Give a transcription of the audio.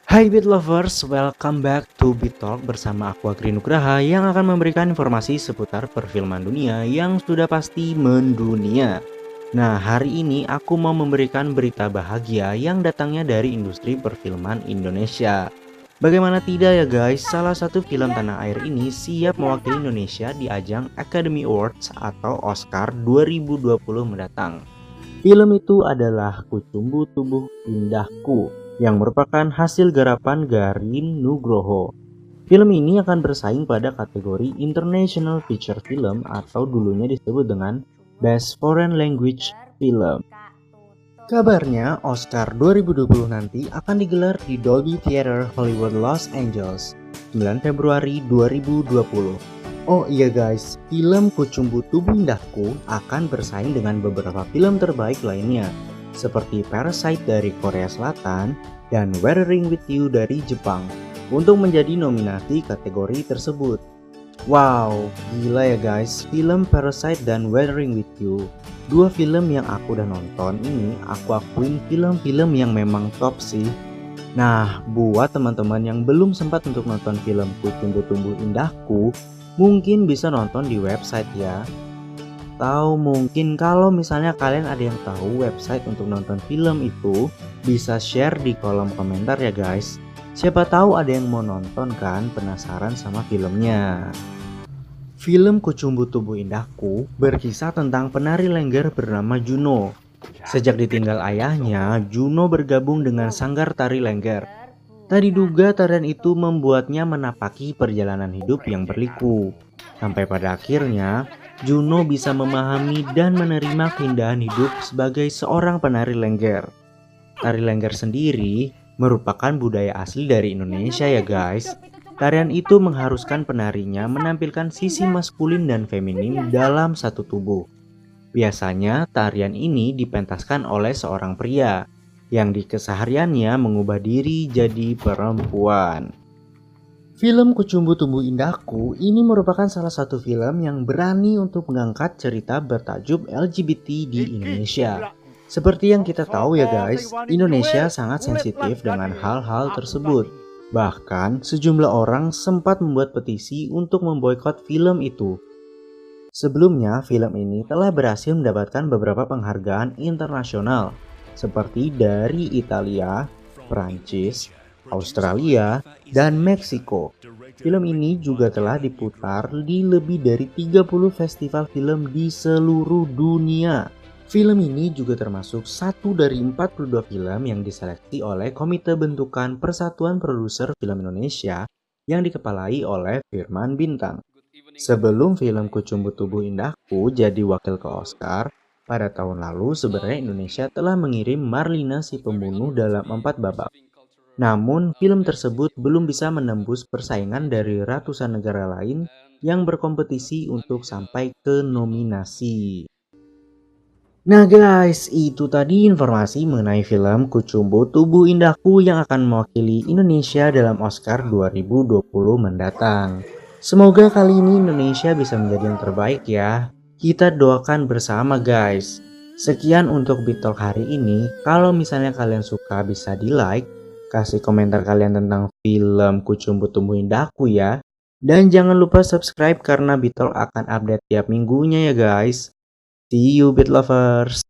Hai Beat Lovers, welcome back to Beat Talk bersama aku Agri Nugraha yang akan memberikan informasi seputar perfilman dunia yang sudah pasti mendunia. Nah, hari ini aku mau memberikan berita bahagia yang datangnya dari industri perfilman Indonesia. Bagaimana tidak ya guys, salah satu film tanah air ini siap mewakili Indonesia di ajang Academy Awards atau Oscar 2020 mendatang. Film itu adalah Kucumbu Tubuh Indahku yang merupakan hasil garapan Garin Nugroho. Film ini akan bersaing pada kategori International Feature Film atau dulunya disebut dengan Best Foreign Language Film. Kabarnya Oscar 2020 nanti akan digelar di Dolby Theater Hollywood Los Angeles 9 Februari 2020. Oh iya guys, film Kucumbu Tubuh Indahku akan bersaing dengan beberapa film terbaik lainnya seperti Parasite dari Korea Selatan dan Weathering with You dari Jepang untuk menjadi nominasi kategori tersebut. Wow, gila ya guys, film Parasite dan Weathering with You, dua film yang aku udah nonton ini aku akuin film-film yang memang top sih. Nah, buat teman-teman yang belum sempat untuk nonton film Kucumbu Tubuh Indahku, mungkin bisa nonton di website ya. Tahu mungkin kalau misalnya kalian ada yang tahu website untuk nonton film itu, bisa share di kolom komentar ya guys. Siapa tahu ada yang mau nonton kan, penasaran sama filmnya. Film Kucumbu Tubuh Indahku berkisah tentang penari lengger bernama Juno. Sejak ditinggal ayahnya, Juno bergabung dengan Sanggar Tari Lengger. Tak diduga tarian itu membuatnya menapaki perjalanan hidup yang berliku. Sampai pada akhirnya, Juno bisa memahami dan menerima keindahan hidup sebagai seorang penari lengger. Tari lengger sendiri merupakan budaya asli dari Indonesia ya guys. Tarian itu mengharuskan penarinya menampilkan sisi maskulin dan feminin dalam satu tubuh. Biasanya tarian ini dipentaskan oleh seorang pria yang di kesehariannya mengubah diri jadi perempuan. Film Kucumbu Tubuh Indahku ini merupakan salah satu film yang berani untuk mengangkat cerita bertajuk LGBT di Indonesia. Seperti yang kita tahu ya guys, Indonesia sangat sensitif dengan hal-hal tersebut. Bahkan sejumlah orang sempat membuat petisi untuk memboikot film itu. Sebelumnya, film ini telah berhasil mendapatkan beberapa penghargaan internasional seperti dari Italia, Prancis, Australia, dan Meksiko. Film ini juga telah diputar di lebih dari 30 festival film di seluruh dunia. Film ini juga termasuk satu dari 42 film yang diseleksi oleh Komite Bentukan Persatuan Produser Film Indonesia yang dikepalai oleh Firman Bintang. Sebelum film Kucumbu Tubuh Indahku jadi wakil ke Oscar, pada tahun lalu sebenarnya Indonesia telah mengirim Marlina si Pembunuh dalam 4 babak. Namun film tersebut belum bisa menembus persaingan dari ratusan negara lain yang berkompetisi untuk sampai ke nominasi. Nah guys, itu tadi informasi mengenai film Kucumbu Tubuh Indahku yang akan mewakili Indonesia dalam Oscar 2020 mendatang. Semoga kali ini Indonesia bisa menjadi yang terbaik ya. Kita doakan bersama guys. Sekian untuk Beat Talk hari ini. Kalau misalnya kalian suka bisa di like, kasih komentar kalian tentang film Kucumbu Tubuh Indahku ya. Dan jangan lupa subscribe karena Beat Talk akan update tiap minggunya ya guys. See you Beat Lovers.